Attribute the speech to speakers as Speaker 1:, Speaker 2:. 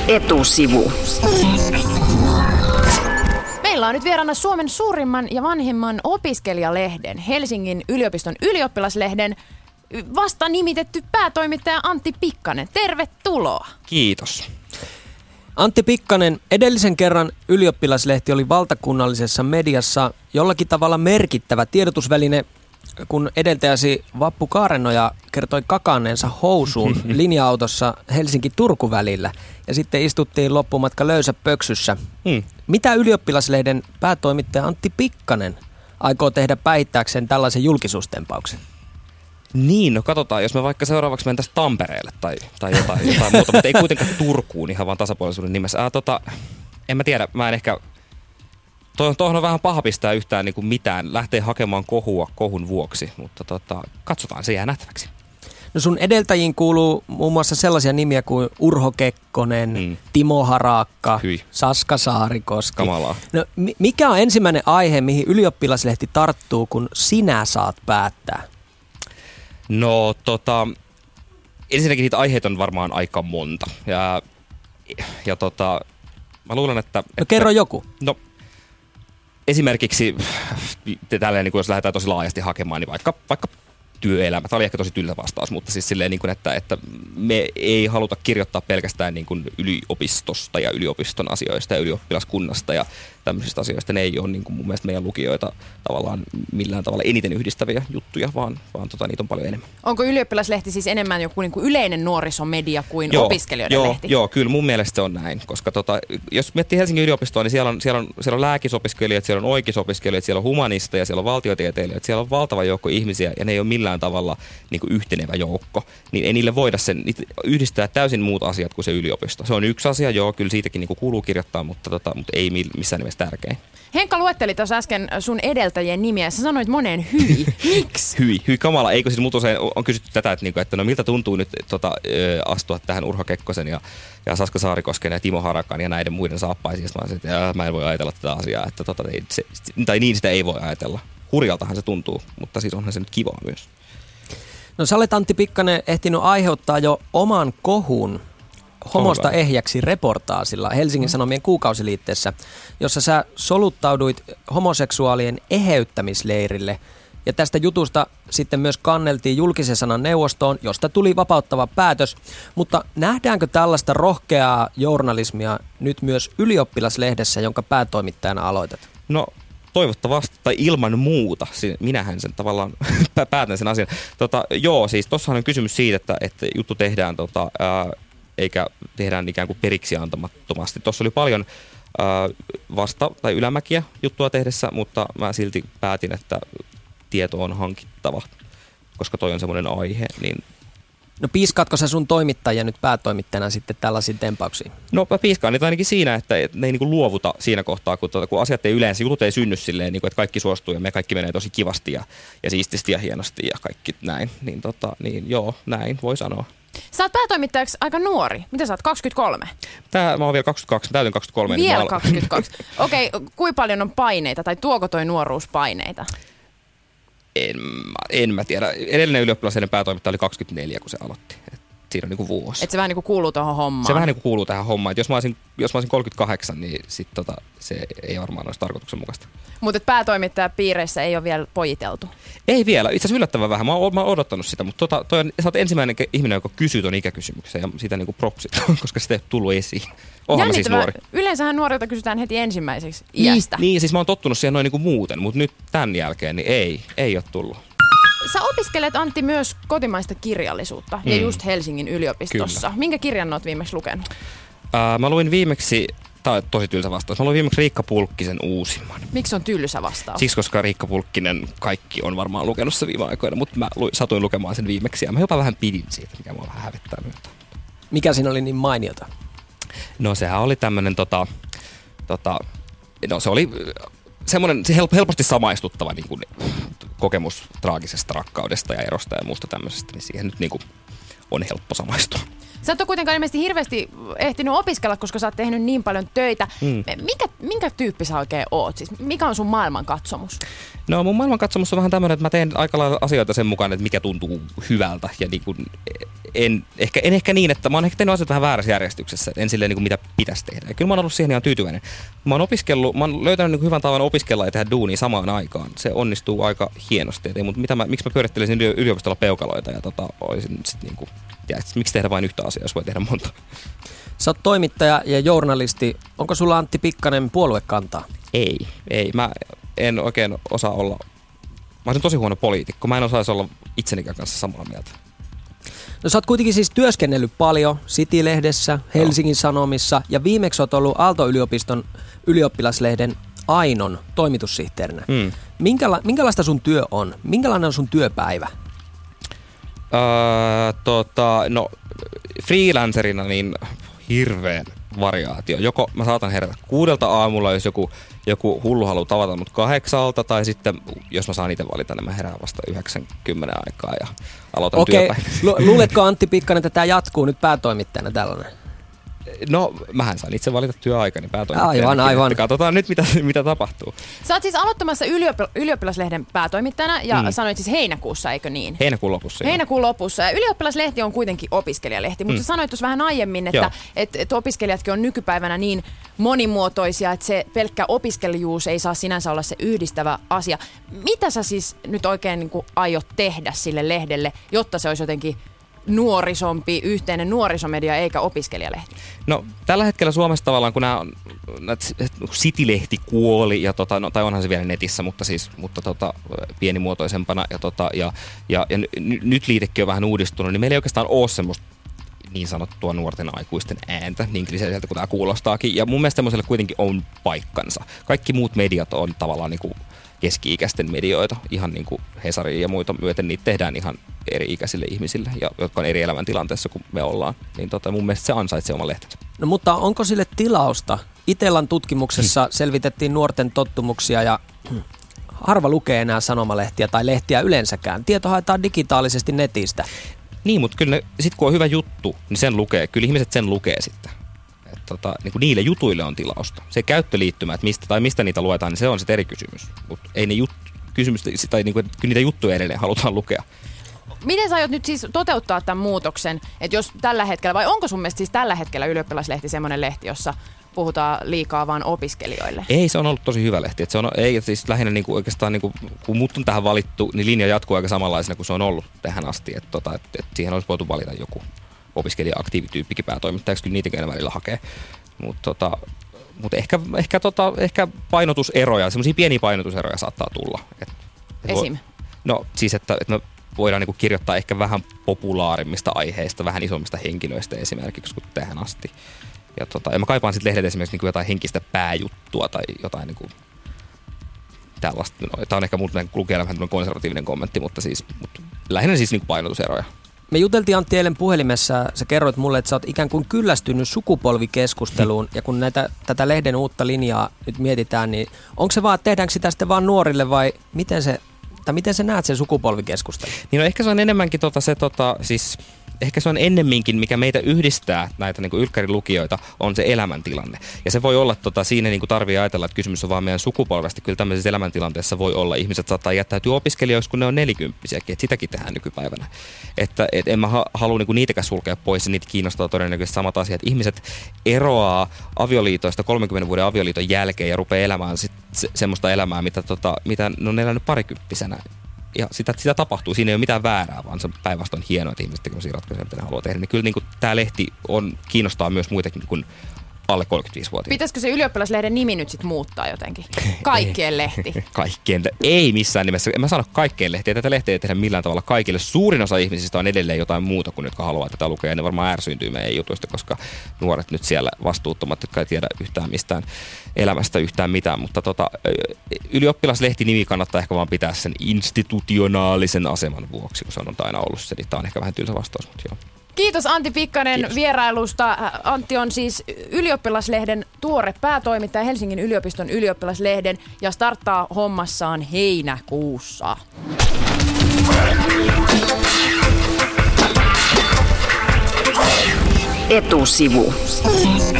Speaker 1: Etusivu.
Speaker 2: Meillä on nyt vieraana Suomen suurimman ja vanhimman opiskelijalehden, Helsingin yliopiston ylioppilaslehden, vasta nimitetty päätoimittaja Antti Pikkanen. Tervetuloa.
Speaker 3: Kiitos.
Speaker 4: Antti Pikkanen, edellisen kerran ylioppilaslehti oli valtakunnallisessa mediassa jollakin tavalla merkittävä tiedotusväline, kun edeltäjäsi Vappu Kaarenoja kertoi kakanneensa housuun linja-autossa Helsinki-Turku välillä ja sitten istuttiin loppumatka löysä pöksyssä. Mitä ylioppilaslehden päätoimittaja Antti Pikkanen aikoo tehdä päihittääkseen tällaisen julkisuustempauksen?
Speaker 3: Niin, no katsotaan, jos me vaikka seuraavaksi mentäisiin Tampereelle tai jotain muuta, mutta ei kuitenkaan Turkuun ihan vaan tasapuolisuuden nimessä. En mä tiedä, mä en ehkä... Tuohon on vähän paha pistää yhtään niin kuin mitään, lähtee hakemaan kohua kohun vuoksi, mutta katsotaan, se jää nähtäväksi.
Speaker 4: No sun edeltäjiin kuuluu muun muassa sellaisia nimiä kuin Urho Kekkonen, Timo Harakka, Saska Saarikoski.
Speaker 3: Kamalaa.
Speaker 4: No, mikä on ensimmäinen aihe, mihin ylioppilaslehti tarttuu, kun sinä saat päättää?
Speaker 3: No ensinnäkin niitä aiheita on varmaan aika monta. Ja mä luulen, että...
Speaker 4: No kerro joku.
Speaker 3: No esimerkiksi, tälleen, niin jos lähdetään tosi laajasti hakemaan, niin vaikka työelämä. Tämä oli ehkä tosi tylsä vastaus, mutta siis silleen, niin kuin, että me ei haluta kirjoittaa pelkästään niin kuin yliopistosta ja yliopiston asioista ja ylioppilaskunnasta ja tämmöisistä asioista. Ne ei ole niin kuin mun mielestä meidän lukijoita tavallaan millään tavalla eniten yhdistäviä juttuja, vaan niitä on paljon enemmän.
Speaker 2: Onko ylioppilaslehti siis enemmän joku niin kuin yleinen nuorisomedia kuin opiskelijoiden lehti?
Speaker 3: Joo, kyllä mun mielestä se on näin, koska jos miettii Helsingin yliopistoa, niin siellä on lääkisopiskelijat, siellä on oikeusopiskelijat, siellä on humanisteja, siellä on valtiotieteilijät, siellä on valtava joukko ihmisiä ja ne ei ole millään tavalla niin kuin yhtenevä joukko, niin ei niille voida yhdistää täysin muut asiat kuin se yliopisto. Se on yksi asia, joo, kyllä siitäkin niin kuin kuuluu kirjoittaa, mutta ei missään nimessä tärkein.
Speaker 2: Henkka luetteli tuossa äsken sun edeltäjien nimiä ja sä sanoit moneen hyi. Miksi?
Speaker 3: Hyi kamala. Eikö siis mut usein on kysytty tätä, että no miltä tuntuu nyt astua tähän Urho Kekkosen ja Saska Saarikosken ja Timo Harakan ja näiden muiden saappaisiin. Mä en voi ajatella tätä asiaa, tai niin sitä ei voi ajatella. Hurjaltahan se tuntuu, mutta siis onhan se nyt kivaa myös.
Speaker 4: No sä olet, Antti Pikkanen, ehtinyt aiheuttaa jo oman kohun homosta ehjäksi reportaasilla Helsingin Sanomien kuukausiliitteessä, jossa sä soluttauduit homoseksuaalien eheyttämisleirille. Ja tästä jutusta sitten myös kanneltiin julkisen sanan neuvostoon, josta tuli vapauttava päätös. Mutta nähdäänkö tällaista rohkeaa journalismia nyt myös ylioppilaslehdessä, jonka päätoimittajana aloitat?
Speaker 3: No toivottavasti tai ilman muuta. Minähän sen tavallaan päätän sen asian. Joo, siis tossahan on kysymys siitä, että juttu tehdään eikä tehdään ikään kuin periksi antamattomasti. Tuossa oli paljon vasta- tai ylämäkiä juttua tehdessä, mutta mä silti päätin, että tieto on hankittava, koska toi on semmoinen aihe. Niin...
Speaker 4: No piiskaatko sä sun toimittajia nyt päätoimittajana sitten tällaisiin tempauksiin?
Speaker 3: No mä piiskaan niitä ainakin siinä, että ne ei niinku luovuta siinä kohtaa, kun asiat ei yleensä, jutut ei synny silleen, että kaikki suostuu ja me kaikki menee tosi kivasti ja siististi ja hienosti ja kaikki näin. Niin joo, näin voi sanoa.
Speaker 2: Sä oot päätoimittajaksi aika nuori. Mitä sä oot, 23?
Speaker 3: Mä oon vielä 22, täytyn 23.
Speaker 2: Vielä 22. Okei, kuinka paljon on paineita tai tuoko toi nuoruus paineita?
Speaker 3: En mä tiedä. Edellinen ylioppilaslehden päätoimittaja oli 24, kun se aloitti. Siinä on niinku vuosi.
Speaker 2: Et se vähän niinku kuuluu tuohon hommaan.
Speaker 3: Se vähän niinku kuuluu tähän hommaan. Et jos mä olisin 38, niin sit se ei varmaan olisi tarkoituksenmukaista.
Speaker 2: Mutta päätoimittajapiireissä ei ole vielä pojiteltu.
Speaker 3: Ei vielä. Itse asiassa yllättävän vähän. Mä oon odottanut sitä, mutta sä oot ensimmäinen ihminen, joka kysyy ton ikäkysymyksen ja siitä niinku propsit, koska sitä ei tullut esiin. Oonhan mä siis nuori.
Speaker 2: Yleensähän nuorilta kysytään heti ensimmäiseksi iästä.
Speaker 3: Niin, siis mä oon tottunut siihen noin niinku muuten, mutta nyt tämän jälkeen niin ei ole tullut.
Speaker 2: Sä opiskelet, Antti, myös kotimaista kirjallisuutta ja just Helsingin yliopistossa. Kyllä. Minkä kirjan oot viimeksi lukenut?
Speaker 3: Mä luin viimemeksi, tää on tosi tylsä vastaus, mä luin viimeksi Riikka Pulkkisen uusimman.
Speaker 2: Miksi on tylsä vastaus?
Speaker 3: Siksi, koska Riikka Pulkkinen kaikki on varmaan lukenut se viime aikoina, mutta mä satuin lukemaan sen viimeksi ja mä jopa vähän pidin siitä, mikä mua vähän hävettää myötä.
Speaker 4: Mikä siinä oli niin mainiota?
Speaker 3: No sehän oli tämmönen no se oli semmoinen helposti samaistuttava niin kuin kokemus traagisesta rakkaudesta ja erosta ja muusta tämmöisestä, niin siihen nyt niin kuin on helppo samaistua.
Speaker 2: Sä et ole kuitenkaan ilmeisesti hirveästi ehtinyt opiskella, koska sä oot tehnyt niin paljon töitä. Minkä tyyppi sä oikein oot? Siis mikä on sun maailmankatsomus?
Speaker 3: No mun maailmankatsomus on vähän tämmöinen, että mä teen aika lailla asioita sen mukaan, että mikä tuntuu hyvältä ja niin kuin, en ehkä niin, että mä oon ehkä tehnyt asiat vähän väärässä järjestyksessä, en silleen niin kuin mitä pitäisi tehdä. Ja kyllä mä oon ollut siihen ihan tyytyväinen. Mä oon löytänyt niin kuin hyvän tavan opiskella ja tehdä duunia samaan aikaan. Se onnistuu aika hienosti. Mutta miksi mä pyörittelisin yliopistolla peukaloita ja olisin sit niin kuin, miksi tehdä vain yhtä asiaa, jos voi tehdä monta?
Speaker 4: Sä oot toimittaja ja journalisti. Onko sulla, Antti Pikkanen, puoluekantaa?
Speaker 3: Ei. Mä en oikein osaa olla. Mä olisin tosi huono poliitikko. Mä en osaisi olla itsenikään kanssa samaa mieltä.
Speaker 4: No sä oot kuitenkin siis työskennellyt paljon City-lehdessä, Helsingin Sanomissa ja viimeksi oot ollut Aalto-yliopiston ylioppilaslehden Ainon toimitussihteerinä. Minkälaista sun työ on? Minkälainen on sun työpäivä?
Speaker 3: No freelancerina niin hirveän variaatio. Joko mä saatan herätä 6 aamulla, jos joku hullu haluaa tavata mut 8, tai sitten jos mä saan itse valita, niin mä herään vasta 9-10 aikaa ja aloitan työpäivän.
Speaker 4: Luuletko, Antti Pikkanen, että tämä jatkuu nyt päätoimittajana tällainen?
Speaker 3: No, mähän sain itse valita työaikani päätoimittajana.
Speaker 4: Aivan.
Speaker 3: Katsotaan nyt, mitä tapahtuu.
Speaker 2: Sä oot siis aloittamassa ylioppilaslehden päätoimittajana ja sanoit siis heinäkuussa, eikö niin?
Speaker 3: Heinäkuun lopussa.
Speaker 2: Heinäkuun lopussa. Ja ylioppilaslehti on kuitenkin opiskelijalehti, mutta sanoit tuossa vähän aiemmin, että opiskelijatkin on nykypäivänä niin monimuotoisia, että se pelkkä opiskelijuus ei saa sinänsä olla se yhdistävä asia. Mitä sä siis nyt oikein niin kuin aiot tehdä sille lehdelle, jotta se olisi jotenkin nuorisompi, yhteinen nuorisomedia eikä opiskelijalehti? No
Speaker 3: tällä hetkellä Suomessa tavallaan, kun City-lehti kuoli, tai onhan se vielä netissä, mutta pienimuotoisempana, ja nyt liitekin on vähän uudistunut, niin meillä ei oikeastaan ole semmoista niin sanottua nuorten aikuisten ääntä, niin kliseiseltä kuin tämä kuulostaakin. Ja mun mielestä semmoiselle kuitenkin on paikkansa. Kaikki muut mediat on tavallaan niin kuin keski-ikäisten medioita, ihan niin kuin Hesaria ja muita myöten, niitä tehdään ihan eri-ikäisille ihmisille, jotka on eri elämäntilanteessa kuin me ollaan. Niin mun mielestä se ansaitsee oman lehtensä. No mutta onko sille tilausta? Itellan tutkimuksessa selvitettiin nuorten tottumuksia ja harva lukee enää sanomalehtiä tai lehtiä yleensäkään. Tieto haetaan digitaalisesti netistä. Niin, mutta kyllä sit kun on hyvä juttu, niin sen lukee. Kyllä ihmiset sen lukee sitten. Niin kuin niille jutuille on tilausta. Se käyttöliittymä, että mistä niitä luetaan, niin se on sitten eri kysymys. Mutta ei ne kyllä niitä juttuja edelleen halutaan lukea. Miten sä aiot nyt siis toteuttaa tämän muutoksen, että jos tällä hetkellä, vai onko sun mielestä siis tällä hetkellä Ylioppilaslehti semmoinen lehti, jossa puhutaan liikaa vaan opiskelijoille? Ei, se on ollut tosi hyvä lehti. Siis lähinnä niin kuin oikeastaan, niin kuin, kun mut on tähän valittu, niin linja jatkuu aika samanlaisena kuin se on ollut tähän asti. Että siihen olisi voitu valita joku opiskelija-aktiivityyppikin päätoimittajaksi, kyllä niitäkin välillä hakee. Mutta ehkä painotuseroja, semmoisia pieniä painotuseroja saattaa tulla. Esim? No siis, että me voidaan niinku kirjoittaa ehkä vähän populaarimmista aiheista, vähän isommista henkilöistä esimerkiksi kuin tähän asti. Ja mä kaipaan sitten lehdet esimerkiksi niinku jotain henkistä pääjuttua tai jotain niinku tällaista. No, tämä on ehkä mun lukijana vähän konservatiivinen kommentti, mutta lähinnä siis niinku painotuseroja. Me juteltiin, Antti, eilen puhelimessa. Sä kerroit mulle, että sä oot ikään kuin kyllästynyt sukupolvikeskusteluun. Ja kun tätä lehden uutta linjaa nyt mietitään, niin onko se vaan, että tehdäänkö sitä sitten vaan nuorille vai miten sä näet sen sukupolvikeskustelun? Niin no ehkä se on enemmänkin siis ehkä se on ennemminkin, mikä meitä yhdistää näitä niin kuin ylkkärilukijoita, on se elämäntilanne. Ja se voi olla, siinä niin kuin tarvii ajatella, että kysymys on vaan meidän sukupolvesta. Kyllä tämmöisessä elämäntilanteessa voi olla, ihmiset saattaa jättäytyä opiskelijoiksi, kun ne on 40-vuotiaita, että sitäkin tehdään nykypäivänä. Että en mä halua niin niitäkään sulkea pois, ja niitä kiinnostaa todennäköisesti samat asiat. Ihmiset eroaa avioliitoista 30 vuoden avioliiton jälkeen ja rupeaa elämään semmoista elämää, mitä ne on elänyt parikymppisenä. Ja sitä tapahtuu. Siinä ei ole mitään väärää, vaan se päinvastoin hienoa, että ihmiset tekevät ratkaisuja, mitä ne haluaa tehdä. Niin kyllä niin tämä lehti kiinnostaa myös muitakin kuin alle 35-vuotiaita. Pitäisikö se Ylioppilaslehden nimi nyt sitten muuttaa jotenkin? Kaikkien lehti. Ei missään nimessä. En mä sano kaikkeen lehtiä. Tätä lehteä ei tehdä millään tavalla kaikille. Suurin osa ihmisistä on edelleen jotain muuta kuin jotka haluaa tätä lukea. Ja ne varmaan ärsyyntyy meidän jutuista, koska nuoret nyt siellä vastuuttomat, jotka ei tiedä yhtään mistään elämästä yhtään mitään. Mutta Ylioppilaslehti-nimi kannattaa ehkä vaan pitää sen institutionaalisen aseman vuoksi, kun se on aina ollut se. Tämä on ehkä vähän tylsä vastaus, mutta joo. Kiitos Antti Pikkanen vierailusta. Antti on siis Ylioppilaslehden tuore päätoimittaja, Helsingin yliopiston Ylioppilaslehden, ja starttaa hommassaan heinäkuussa.
Speaker 1: Etusivu.